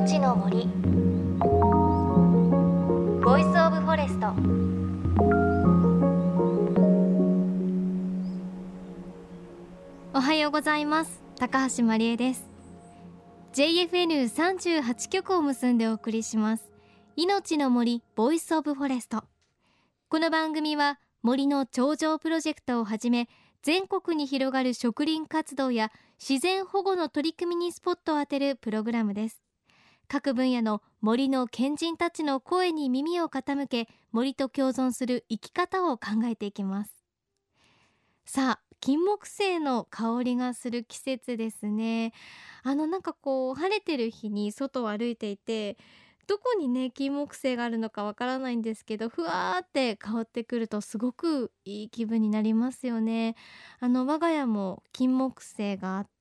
命の森ボイスオブフォレスト。おはようございます。高橋真理恵です。 JFN38 局を結んでお送りします命の森ボイスオブフォレスト。この番組は森の頂上プロジェクトをはじめ全国に広がる植林活動や自然保護の取り組みにスポットを当てるプログラムです。各分野の森の賢人たちの声に耳を傾け、森と共存する生き方を考えていきます。さあ、金木犀の香りがする季節ですね。なんか晴れてる日に外を歩いていて、どこにね金木犀があるのかわからないんですけど、ふわーって香ってくるとすごくいい気分になりますよね。我が家も金木犀があって、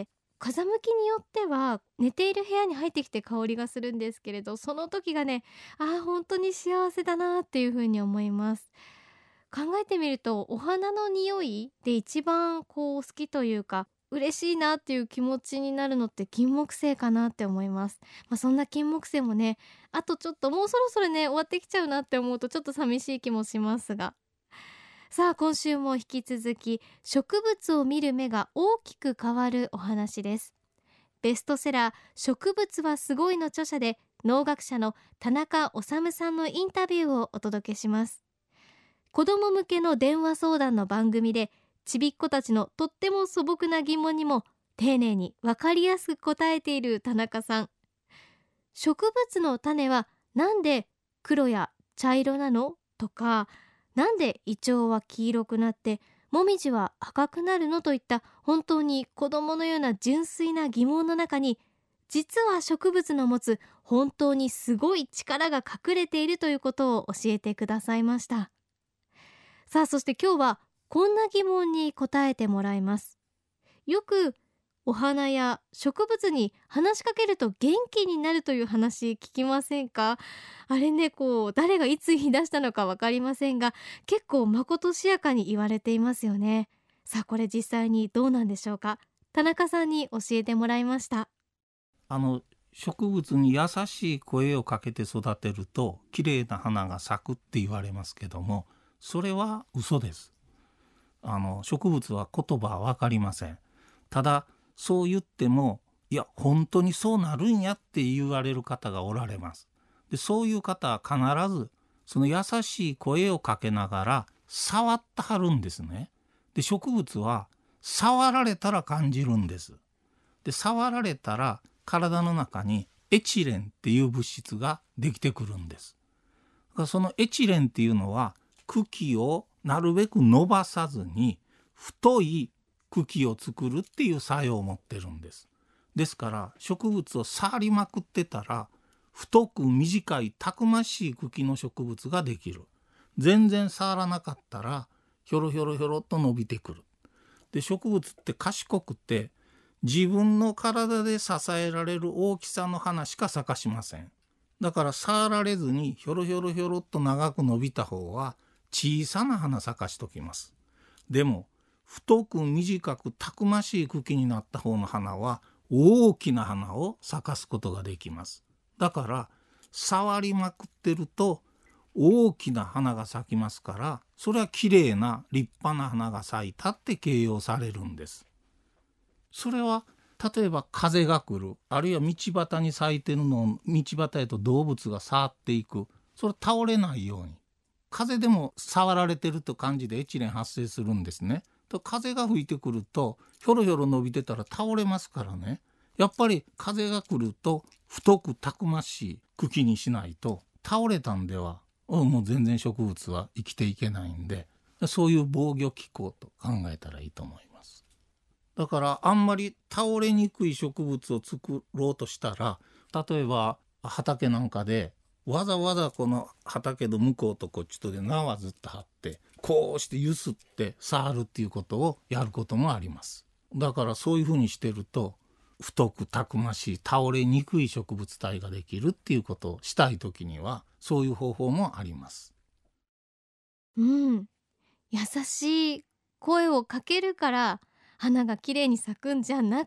風向きによっては寝ている部屋に入ってきて香りがするんですけれど、その時がね、本当に幸せだなっていうふうに思います。考えてみると、お花の匂いで一番好きというか嬉しいなっていう気持ちになるのって金木犀かなって思います。そんな金木犀もね、あとちょっともうそろそろね終わってきちゃうなって思うとちょっと寂しい気もしますが、さあ今週も引き続き植物を見る目が大きく変わるお話です。ベストセラー植物はすごいの著者で農学者の田中治さんのインタビューをお届けします。子ども向けの電話相談の番組でちびっ子たちのとっても素朴な疑問にも丁寧に分かりやすく答えている田中さん。植物の種はなんで黒や茶色なのとか、なんでイチョウは黄色くなってモミジは赤くなるのといった本当に子供のような純粋な疑問の中に、実は植物の持つ本当にすごい力が隠れているということを教えてくださいました。さあ、そして今日はこんな疑問に答えてもらいます。よくお花や植物に話しかけると元気になるという話聞きませんか？あれね、誰がいつ言い出したのか分かりませんが、結構まことしやかに言われていますよね。さあ、これ実際にどうなんでしょうか。田中さんに教えてもらいました。 植物に優しい声をかけて育てると綺麗な花が咲くって言われますけども、それは嘘です。植物は言葉は分かりません。ただそう言っても、いや本当にそうなるんやって言われる方がおられます。でそういう方は必ずその優しい声をかけながら触ってはるんですね。で植物は触られたら感じるんです。で触られたら体の中にエチレンっていう物質ができてくるんです。だからそのエチレンっていうのは茎をなるべく伸ばさずに太い茎を作るっていう作用を持ってるんです。ですから植物を触りまくってたら太く短いたくましい茎の植物ができる。全然触らなかったらひょろひょろひょろっと伸びてくる。で植物って賢くて自分の体で支えられる大きさの花しか咲かしません。だから触られずにひょろひょろひょろっと長く伸びた方は小さな花咲かしときます。でも太く短くたくましい茎になった方の花は大きな花を咲かすことができます。だから触りまくってると大きな花が咲きますから、それはきれいな立派な花が咲いたって形容されるんです。それは例えば風が来る、あるいは道端に咲いてるのを道端へと動物が触っていく、それ倒れないように、風でも触られてると感じでエチレン発生するんですね。と風が吹いてくるとひょろひょろ伸びてたら倒れますからね。やっぱり風が来ると太くたくましい茎にしないと、倒れたんではもう全然植物は生きていけないんで、そういう防御機構と考えたらいいと思います。だからあんまり倒れにくい植物を作ろうとしたら、例えば畑なんかでわざわざこの畑の向こうとこっちとで縄ずっと張ってこうして揺すって触るっていうことをやることもあります。だからそういうふうにしてると太くたくましい倒れにくい植物体ができるっていうことをしたいときにはそういう方法もあります。 優しい声をかけるから花がきれいに咲くんじゃなくって、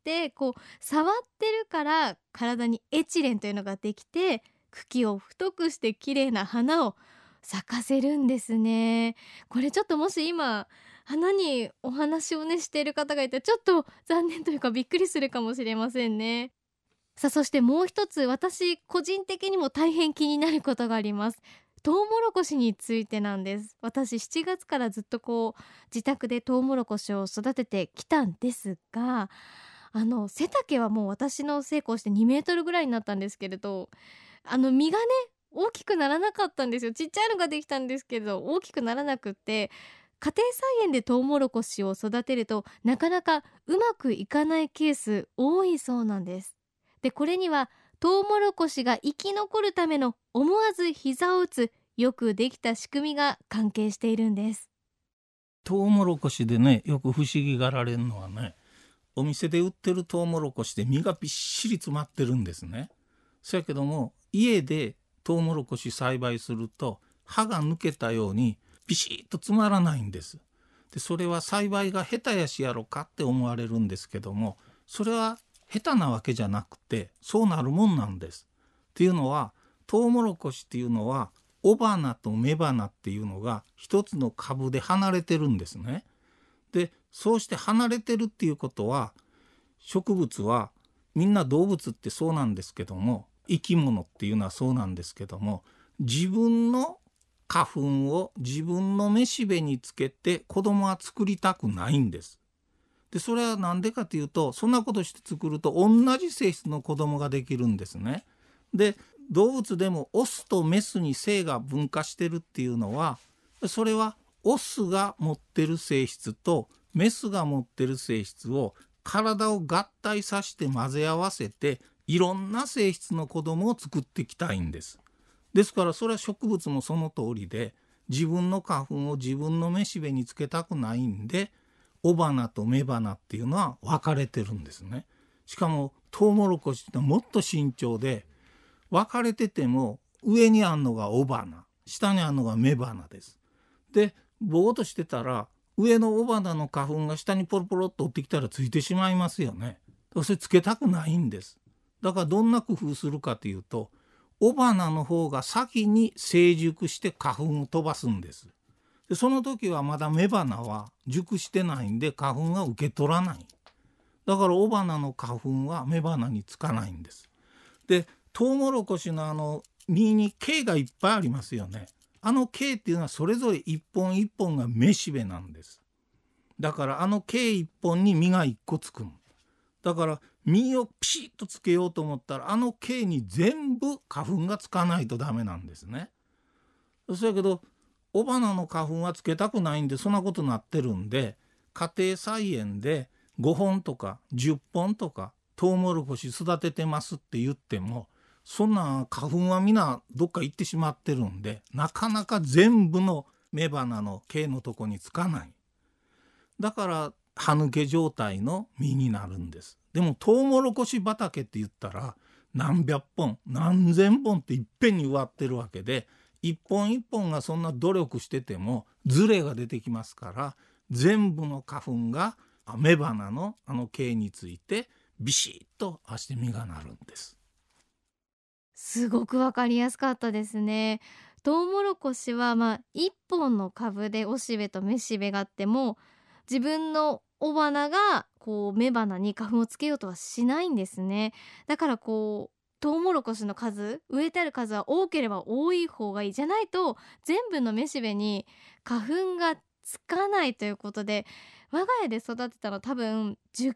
てこう触ってるから体にエチレンというのができて、茎を太くして綺麗な花を咲かせるんですね。これちょっともし今花にお話をねしている方がいたらちょっと残念というかびっくりするかもしれませんね。さあ、そしてもう一つ私個人的にも大変気になることがあります。トウモロコシについてなんです。私7月からずっとこう自宅でトウモロコシを育ててきたんですが、背丈はもう私の成功して2メートルぐらいになったんですけれど、実がね大きくならなかったんですよ。ちっちゃいのができたんですけど大きくならなくって、家庭菜園でトウモロコシを育てるとなかなかうまくいかないケース多いそうなんです。でこれにはトウモロコシが生き残るための思わず膝を打つよくできた仕組みが関係しているんです。 トウモロコシでね、よく不思議がられるのはね、お店で売ってるトウモロコシで実がびっしり詰まってるんですね。そやけども家でトウモロコシ栽培すると葉が抜けたようにビシッと詰まらないんです。でそれは栽培が下手やしやろかって思われるんですけども、それは下手なわけじゃなくてそうなるもんなんです。っていうのはトウモロコシっていうのは雄花と雌花っていうのが一つの株で離れてるんですね。でそうして離れてるっていうことは、植物はみんな動物ってそうなんですけども、生き物っていうのはそうなんですけども、自分の花粉を自分のめしべにつけて子供は作りたくないんです。でそれは何でかというと、そんなことして作ると同じ性質の子供ができるんですね。で動物でもオスとメスに性が分化してるっていうのは、それはオスが持ってる性質とメスが持ってる性質を体を合体させて混ぜ合わせていろんな性質の子供を作っていきたいんです。ですからそれは植物もその通りで、自分の花粉を自分のめしべにつけたくないんで、雄花と雌花っていうのは分かれてるんですね。しかもトウモロコシってもっと慎重で、分かれてても上にあんのが雄花、下にあんのが雌花です。でぼーっとしてたら上の雄花の花粉が下にポロポロっと落ってきたらついてしまいますよね。それつけたくないんです。だからどんな工夫するかというと、雄花の方が先に成熟して花粉を飛ばすんです。でその時はまだ雌花は熟してないんで花粉が受け取らない。だから雄花の花粉は雌花につかないんです。でトウモロコシの実に茎がいっぱいありますよね。茎っていうのはそれぞれ一本一本がめしべなんです。だから茎一本に実が一個つくの。だから実をピシッとつけようと思ったら茎に全部花粉がつかないとダメなんですね。そやけど雄花の花粉はつけたくないんでそんなことになってるんで、家庭菜園で5本とか10本とかトウモロコシ育ててますって言っても、そんな花粉はみんなどっか行ってしまってるんで、なかなか全部の雌花の茎のとこにつかない。だから葉抜け状態の実になるんです。でもトウモロコシ畑って言ったら何百本何千本っていっぺんに植わってるわけで、一本一本がそんな努力しててもズレが出てきますから、全部の花粉が雌花の茎についてビシッとして実がなるんです。 すごくわかりやすかったですね。トウモロコシは一本の株でおしべとめしべがあっても、自分の雄花がこう雌花に花粉をつけようとはしないんですね。だからこうトウモロコシの数、植えてある数は多ければ多い方がいい、じゃないと全部のめしべに花粉がつかないということで、我が家で育てたの多分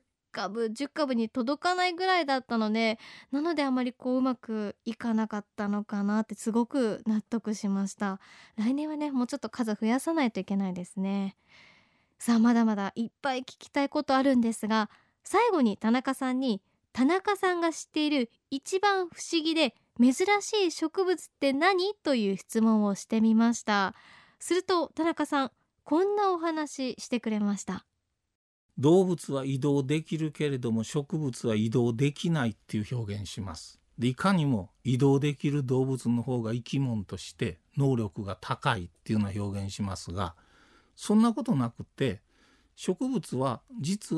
10株に届かないぐらいだったので、なのであまりこううまくいかなかったのかなってすごく納得しました。来年はねもうちょっと数増やさないといけないですね。さあ、まだまだいっぱい聞きたいことあるんですが、最後に田中さんに、田中さんが知っている一番不思議で珍しい植物って何という質問をしてみました。すると田中さんこんなお話してくれました。 動物は移動できるけれども植物は移動できないっていう表現します。でいかにも移動できる動物の方が生き物として能力が高いっていうような表現しますが、そんなことなくて、植物は実は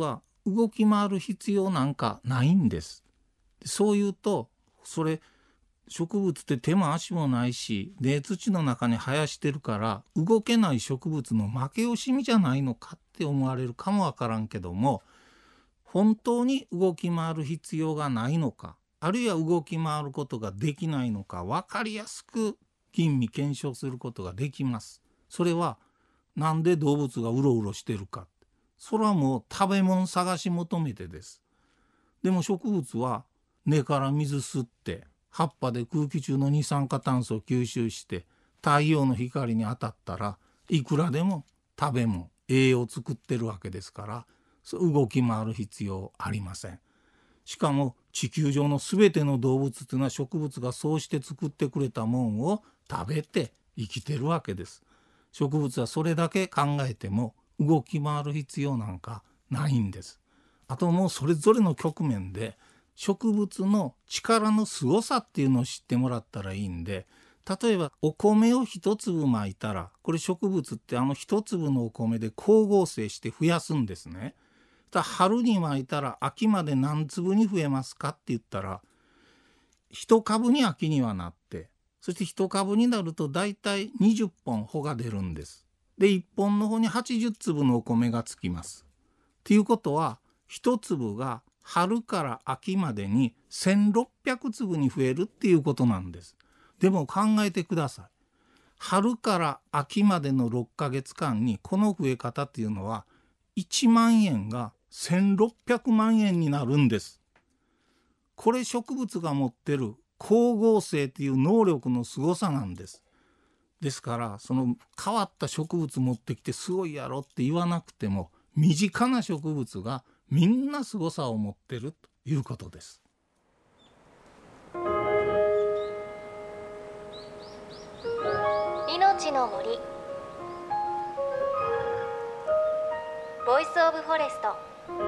動き回る必要なんかないんです。そう言うと、それ植物って手も足もないし、で土の中に生やしてるから動けない植物の負け惜しみじゃないのかって思われるかもわからんけども、本当に動き回る必要がないのか、あるいは動き回ることができないのか、分かりやすく吟味検証することができます。それはなんで動物がうろうろしてるか、それはもう食べ物探し求めてです。でも植物は根から水吸って葉っぱで空気中の二酸化炭素を吸収して太陽の光に当たったらいくらでも食べ物栄養を作ってるわけですから、動き回る必要ありません。しかも地球上のすべての動物というのは植物がそうして作ってくれたもんを食べて生きてるわけです。植物はそれだけ考えても動き回る必要なんかないんです。あともうそれぞれの局面で植物の力の凄さっていうのを知ってもらったらいいんで、例えばお米を一粒まいたら、これ植物って一粒のお米で光合成して増やすんですね。春にまいたら秋まで何粒に増えますかって言ったら、一株に秋にはなって、そして一株になるとだいたい20本穂が出るんです。で1本の穂に80粒のお米がつきます。っていうことは一粒が春から秋までに1600粒に増えるっていうことなんです。でも考えてください。春から秋までの6ヶ月間にこの増え方っていうのは1万円が1600万円になるんです。これ植物が持ってる光合成っていう能力のすごさなんです。ですからその変わった植物持ってきてすごいやろって言わなくても、身近な植物がみんなすごさを持ってるということです。 命の森ボイスオブフォレスト。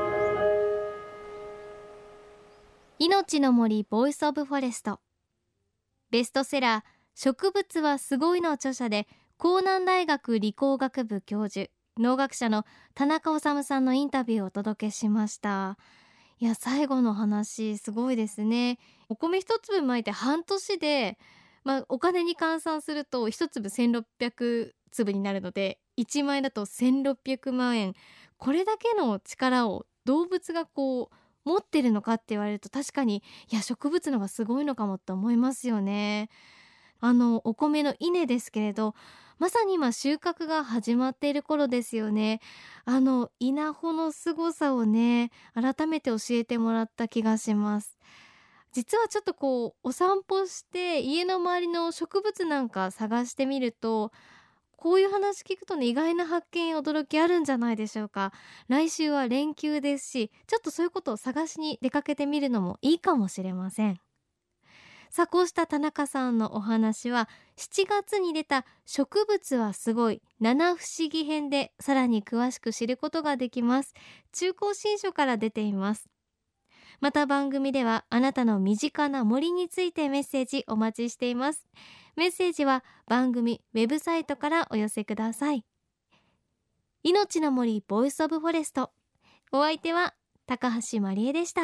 命の森ボイスオブフォレスト、ベストセラー植物はすごいの著者で江南大学理工学部教授、農学者の田中治さんのインタビューをお届けしました。いや、最後の話すごいですね。お米一粒まいて半年で、お金に換算すると一粒1600粒になるので1万円だと1600万円。これだけの力を動物が持ってるのかって言われると、確かに植物のがすごいのかもって思いますよね。お米の稲ですけれど、まさに今収穫が始まっている頃ですよね。稲穂の凄さをね、改めて教えてもらった気がします。実はちょっとお散歩して家の周りの植物なんか探してみると、こういう話聞くとね、意外な発見や驚きあるんじゃないでしょうか。来週は連休ですし、ちょっとそういうことを探しに出かけてみるのもいいかもしれません。さあ、こうした田中さんのお話は7月に出た植物はすごい七不思議編でさらに詳しく知ることができます。中高新書から出ています。また番組ではあなたの身近な森についてメッセージお待ちしています。メッセージは番組ウェブサイトからお寄せください。命の森ボイスオブフォレスト、お相手は高橋まりえでした。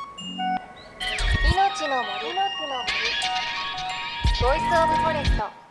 命の森ボイスオブフォレスト。